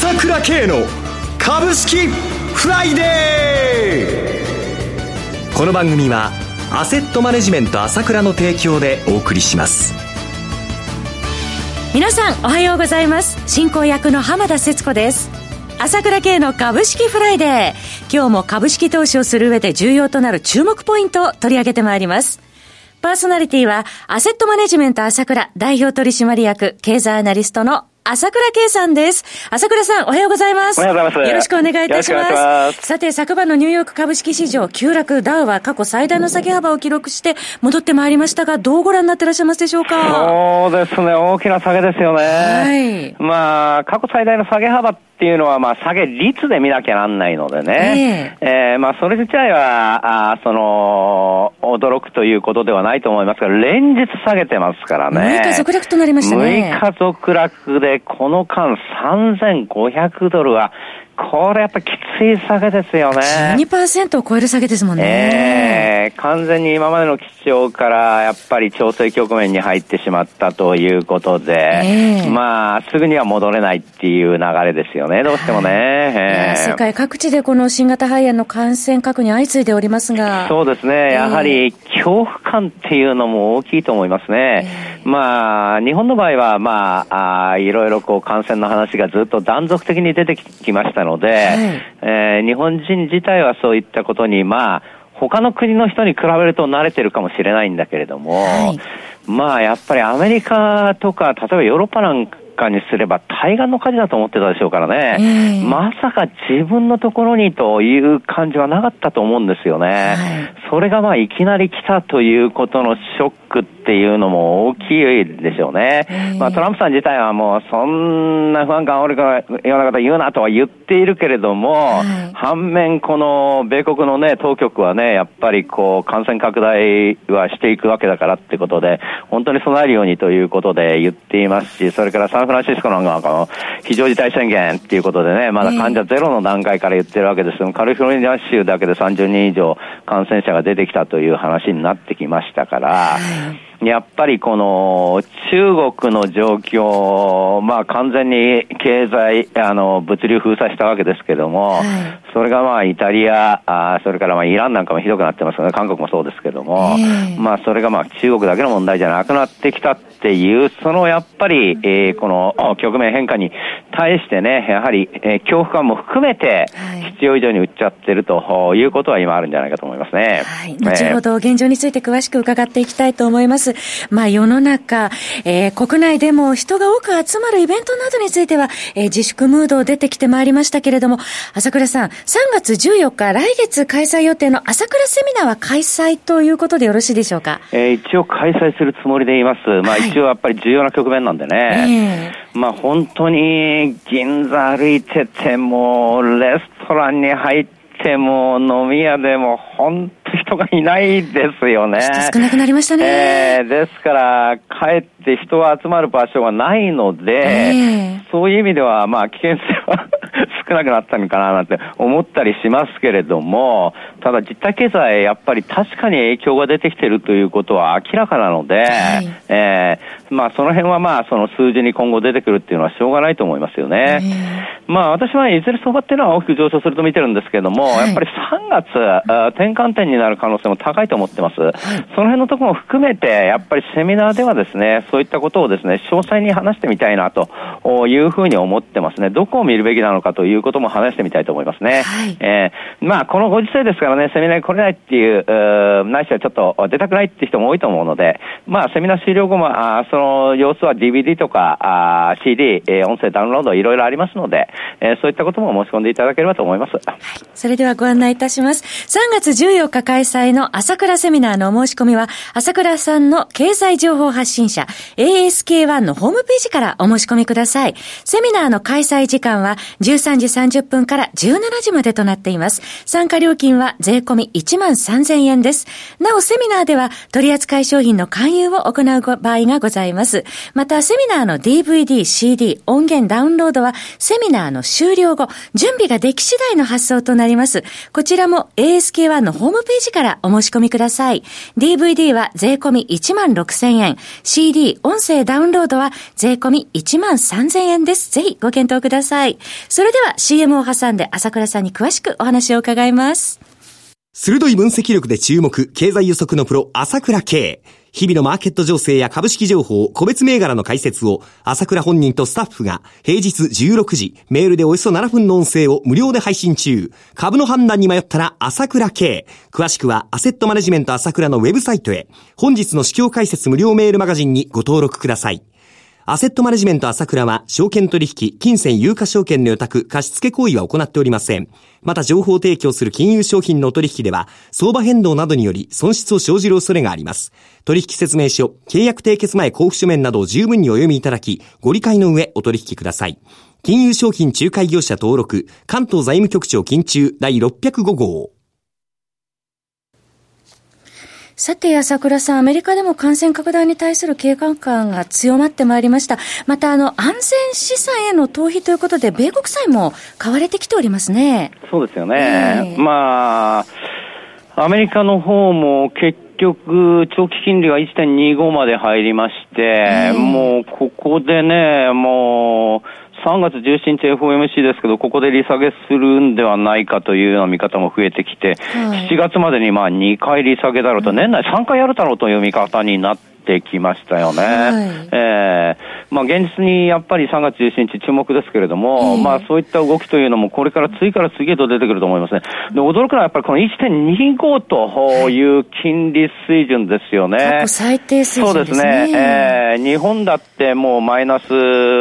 朝倉慶の株式フライデー。この番組はアセットマネジメント朝倉の提供でお送りします。 皆さんおはようございます。進行役の浜田節子です。朝倉慶の株式フライデー。今日も株式投資をする上で重要となる注目ポイントを取り上げてまいります。パーソナリティはアセットマネジメント朝倉代表取締役経済アナリストの朝倉慶さんです。朝倉さんおはようございます。 おはようございます。 よろしくお願いいたします。さて昨晩のニューヨーク株式市場急落、ダウは過去最大の下げ幅を記録して戻ってまいりましたが、どうご覧になっていらっしゃいますでしょうか。 そうですね、大きな下げですよね。はい。過去最大の下げ幅っていうのは下げ率で見なきゃなんないのでね。それ自体は驚くということではないと思いますが、連日下げてますからね。 6日続落となりましたね。 6日続落でこの間3500ドルはこれやっぱきつい下げですよね。 12% を超える下げですもんね。 完全に今までの基調からやっぱり調整局面に入ってしまったということで、すぐには戻れないっていう流れですよね、どうしてもね。 世界各地でこの新型肺炎の感染確認相次いでおりますが。 そうですね、やはり恐怖感っていうのも大きいと思いますね。日本の場合はいろいろ感染の話がずっと断続的に出てきましたので、日本人自体はそういったことに他の国の人に比べると慣れてるかもしれないんだけれども、やっぱりアメリカとか例えばヨーロッパなんかにすれば対岸の火事だと思ってたでしょうからね、まさか自分のところにという感じはなかったと思うんですよね。それがいきなり来たということのショックっていうのも大きいでしょうね。トランプさん自体はもうそんな不安感あるようなこと言うなとは言っているけれども、反面この米国のね当局はねやっぱり感染拡大はしていくわけだからってことで本当に備えるようにということで言っていますし、それからサンフランシスコなんかの非常事態宣言っていうことでねまだ患者ゼロの段階から言ってるわけですけど、カリフォルニア州だけで30人以上感染者が出てきたという話になってきましたから、やっぱりこの中国の状況、完全に経済物流封鎖したわけですけども、それがイタリアそれからイランなんかもひどくなってますよね。韓国もそうですけども、それが中国だけの問題じゃなくなってきたっていうそのやっぱり、この局面変化に対してねやはり、恐怖感も含めて必要以上に売っちゃってるということは今あるんじゃないかと思いますね。 後ほど現状について詳しく伺っていきたいと思います。世の中、国内でも人が多く集まるイベントなどについては、自粛ムード出てきてまいりましたけれども、朝倉さん、3月14日来月開催予定の朝倉セミナーは開催ということでよろしいでしょうか。 一応開催するつもりでいます。一応やっぱり重要な局面なんでね、本当に銀座歩いててもレストランに入っても飲み屋でも本当人がいないですよね。 少なくなりましたね。 ですからかえって人が集まる場所がないので、そういう意味では危険性は少なくなったのかななんて思ったりしますけれども、ただ実体経済やっぱり確かに影響が出てきているということは明らかなので、その辺はその数字に今後出てくるっていうのはしょうがないと思いますよね。私はいずれ相場っていうのは大きく上昇すると見てるんですけれども、やっぱり3月転換点になる可能性も高いと思ってます。その辺のところも含めてやっぱりセミナーではですねそういったことをですね詳細に話してみたいなというふうに思ってますね。どこを見るべきなのかということも話してみたいと思いますね。このご時世ですからねセミナーに来れないっていうないしはちょっと出たくないっていう人も多いと思うので、セミナー終了後もその様子は DVD とかCD、音声ダウンロードいろいろありますので、そういったことも申し込んでいただければと思います。 それではご案内いたします。3月14日開催の朝倉セミナーのお申し込みは朝倉さんの経済情報発信者 ASK1 のホームページからお申し込みください。セミナーの開催時間は13時30分から17時までとなっています。参加料金は税込み13,000円です。なおセミナーでは取扱い商品の勧誘を行う場合がございます。またセミナーの DVD、CD、音源ダウンロードはセミナーの終了後準備ができ次第の発送となります。こちらも ASK1 のホームページからお申し込みください。DVD は税込み16,000円、CD 音声ダウンロードは税込み13,000 3000円です。ぜひご検討ください。それでは CM を挟んで朝倉さんに詳しくお話を伺います。 鋭い分析力で注目、経済予測のプロ、朝倉慶。日々のマーケット情勢や株式情報、個別銘柄の解説を、朝倉本人とスタッフが、平日16時、メールでおよそ7分の音声を無料で配信中。株の判断に迷ったら、朝倉慶。詳しくは、アセットマネジメント朝倉のウェブサイトへ。本日の市況解説無料メールマガジンにご登録ください。アセットマネジメント朝倉は、証券取引、金銭有価証券の予託、貸付行為は行っておりません。また情報提供する金融商品の取引では、相場変動などにより損失を生じる恐れがあります。取引説明書、契約締結前交付書面などを十分にお読みいただき、ご理解の上お取引ください。金融商品仲介業者登録、関東財務局長金中第605号。 さて、朝倉さん、アメリカでも感染拡大に対する警戒感が強まってまいりました。また、安全資産への逃避ということで、米国債も買われてきておりますね。 そうですよね。アメリカの方も結局、長期金利が 1.25 まで入りまして、もう、ここでね、もう、3月17日 FOMC ですけど、ここで利下げするんではないかというような見方も増えてきて、7月までに2回利下げだろうと、年内3回やるだろうという見方になってきましたよね。現実にやっぱり3月17日注目ですけれども、そういった動きというのもこれから次から次へと出てくると思いますね。で、驚くのはやっぱりこの 1.25 という金利水準ですよね。 過去最低水準ですね。そうですね。日本だってもうマイナス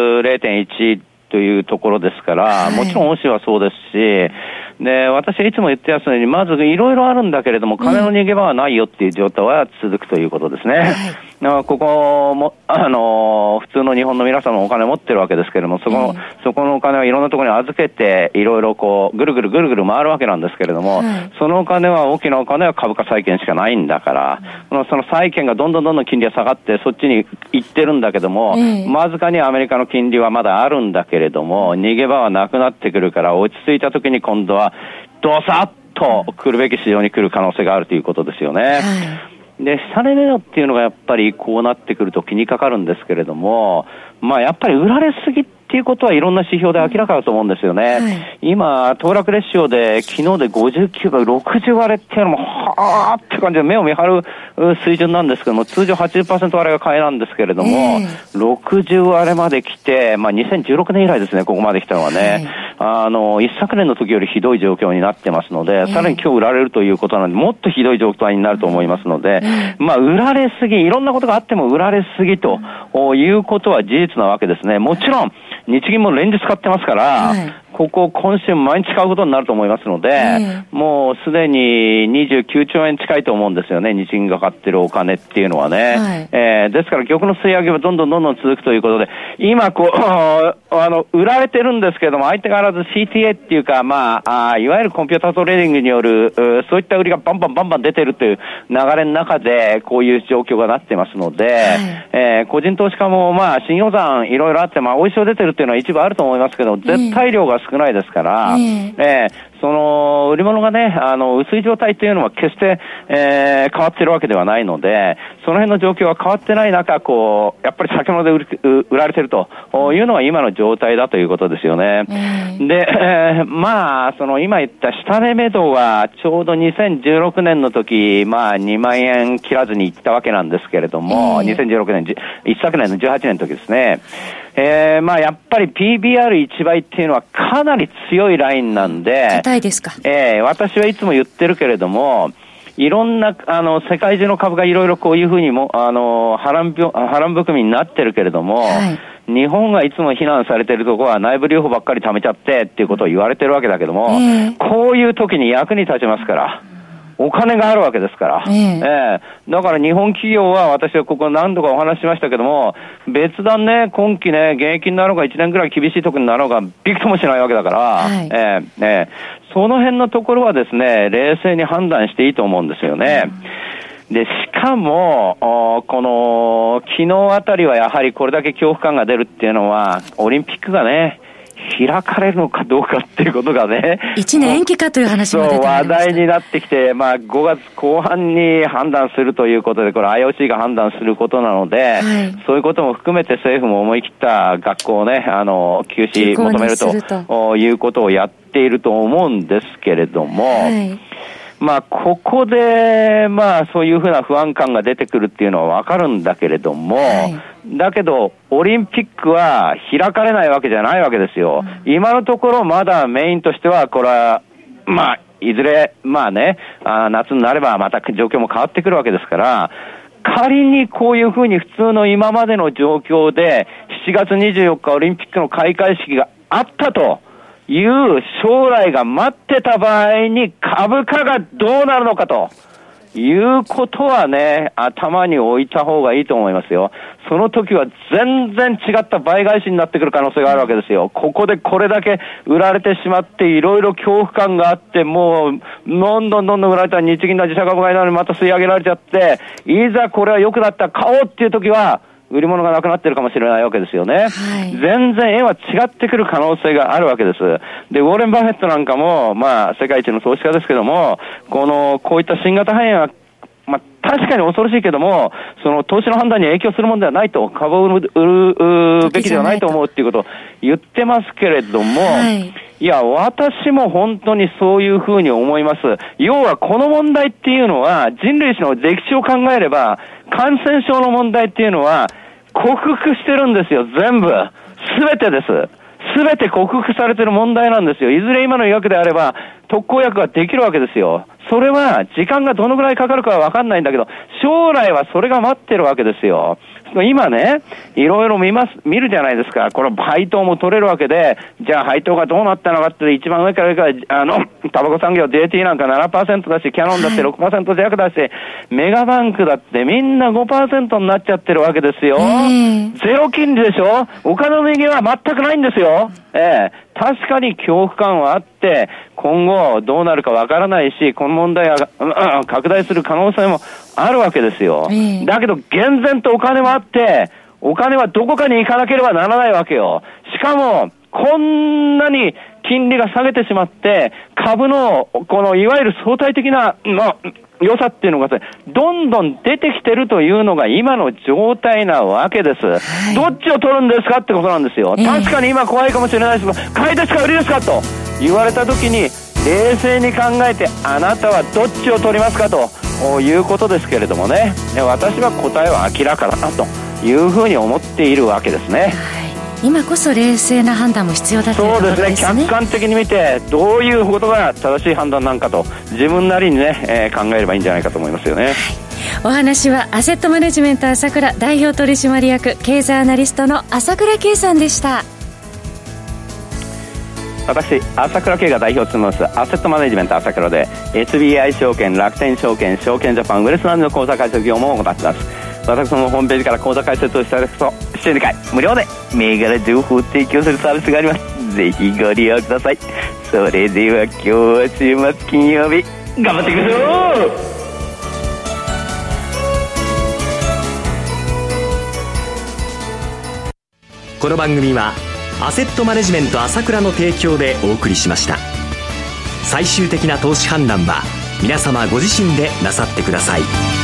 0.1 というところですから、もちろん欧州はそうですし、で、私はいつも言ってますように、まずいろいろあるんだけれども、金の逃げ場はないよっていう状態は続くということですね。ここも、普通の日本の皆さんもお金持ってるわけですけれども、そこのお金はいろんなところに預けて、いろいろぐるぐる回るわけなんですけれども、そのお金は、大きなお金は株価債券しかないんだから、その債券がどんどん金利が下がって、そっちに行ってるんだけども、わずかにアメリカの金利はまだあるんだけれども、逃げ場はなくなってくるから、落ち着いた時に今度は、ドサッと来るべき市場に来る可能性があるということですよね。で、下値目処っていうのがやっぱりこうなってくると気にかかるんですけれども、やっぱり売られすぎっていうことはいろんな指標で明らかだと思うんですよね。今、騰落レシオで昨日で59倍、60割れっていうのも、はーって感じで目を見張る水準なんですけども、通常 80% 割れが買いなんですけれども、60割れまで来て、2016年以来ですね、ここまで来たのはね。一昨年の時よりひどい状況になってますので、さらに今日売られるということなので、もっとひどい状態になると思いますので、売られすぎ、いろんなことがあっても売られすぎということは事実なわけですね。もちろん、日銀も連日買ってますから、今週毎日買うことになると思いますので、もうすでに29兆円近いと思うんですよね、日銀が買ってるお金っていうのはね。ですから玉の吸い上げはどんどん続くということで、今売られてるんですけれども、相手がらず CTA っていうか、いわゆるコンピュータートレーディングによる、そういった売りがバンバン出てるという流れの中で、こういう状況がなってますので、個人投資家も信用残いろいろあって、おいしを出てるっていうのは一部あると思いますけど、絶対量が少ないですから、その売り物がね、薄い状態というのは決して、変わってるわけではないので、その辺の状況は変わってない中、やっぱり先物で売られてるというのが今の状態だということですよね。で、その今言った下値目処はちょうど2016年の時、2万円切らずに行ったわけなんですけれども、2016年、一昨年の18年の時ですね。やっぱり PBR1 倍っていうのはかなり強いラインなんで、 硬いですか。 私はいつも言ってるけれども、いろんな、世界中の株がいろいろこういうふうにも、波乱含みになってるけれども、日本がいつも非難されてるところは内部留保ばっかり貯めちゃってっていうことを言われてるわけだけども、こういう時に役に立ちますから。お金があるわけですから。だから日本企業は、私はここ何度かお話ししましたけども、別段ね、今期ね、現役になろうが1年ぐらい厳しい時になろうが、びくともしないわけだから、その辺のところはですね、冷静に判断していいと思うんですよね。で、しかも、この、昨日あたりはやはりこれだけ恐怖感が出るっていうのは、オリンピックがね、 開かれるのかどうかっていうことがね。 1年延期かという話も出てきました。 そう、話題になってきて、5月後半に判断するということで、これ IOC が判断することなので、そういうことも含めて政府も思い切った学校をね、休止求めるということをやっていると思うんですけれども、ここで、そういうふうな不安感が出てくるっていうのはわかるんだけれども、だけど、オリンピックは開かれないわけじゃないわけですよ。今のところまだメインとしては、これは、いずれ、夏になればまた状況も変わってくるわけですから、仮にこういうふうに普通の今までの状況で、7月24日オリンピックの開会式があったと、いう将来が待ってた場合に株価がどうなるのかということはね、頭に置いた方がいいと思いますよ。その時は全然違った倍返しになってくる可能性があるわけですよ。ここでこれだけ売られてしまっていろいろ恐怖感があって、もうどんどん売られた日銀の自社株買いなのにまた吸い上げられちゃって、いざこれは良くなった買おうっていう時は売り物がなくなってるかもしれないわけですよね。全然円は違ってくる可能性があるわけです。で、ウォーレン・バフェットなんかも、世界一の投資家ですけども、こういった新型肺炎は、確かに恐ろしいけども、その投資の判断に影響するものではないと、株を売るべきではないと思うっていうことを言ってますけれども、いや、私も本当にそういうふうに思います。要はこの問題っていうのは、人類史の歴史を考えれば、感染症の問題っていうのは、克服してるんですよ、全部。すべてです。すべて克服されてる問題なんですよ。いずれ今の医学であれば、特効薬ができるわけですよ。それは、時間がどのぐらいかかるかはわかんないんだけど、将来はそれが待ってるわけですよ。今ね、いろいろ見るじゃないですか。これ配当も取れるわけで、じゃあ配当がどうなったのかって一番上から上から、タバコ産業 JT なんか 7% だし、キャノンだって 6% 弱だし、メガバンクだってみんな 5% になっちゃってるわけですよ。ゼロ金利でしょ？お金の逃げは全くないんですよ。確かに恐怖感はあって、今後どうなるかわからないし、この問題が拡大する可能性もあるわけですよ。だけど、厳然とお金はあって、お金はどこかに行かなければならないわけよ。しかも、こんなに金利が下げてしまって、株の、このいわゆる相対的な、良さっていうのがどんどん出てきてるというのが今の状態なわけです。どっちを取るんですかってことなんですよ。確かに今怖いかもしれないですが、買いですか売りですかと言われた時に、冷静に考えてあなたはどっちを取りますかということですけれどもね、私は答えは明らかだなというふうに思っているわけですね。 今こそ冷静な判断も必要だということですね。そうですね。 客観的に見てどういうことが正しい判断なんかと自分なりにね、考えればいいんじゃないかと思いますよね。 お話はアセットマネジメント朝倉代表取締役経済アナリストの朝倉圭さんでした。 私、朝倉圭が代表を務めますアセットマネジメント朝倉で SBI 証券、楽天証券、証券ジャパン、ウェルスナンドの口座開設業務を行っています。私のホームページから口座開設をしていただくと週2回無料で銘柄情報を提供するサービスがあります。ぜひご利用ください。それでは今日は週末金曜日頑張っていくぞ。 この番組はアセットマネジメント朝倉の提供でお送りしました。最終的な投資判断は皆様ご自身でなさってください。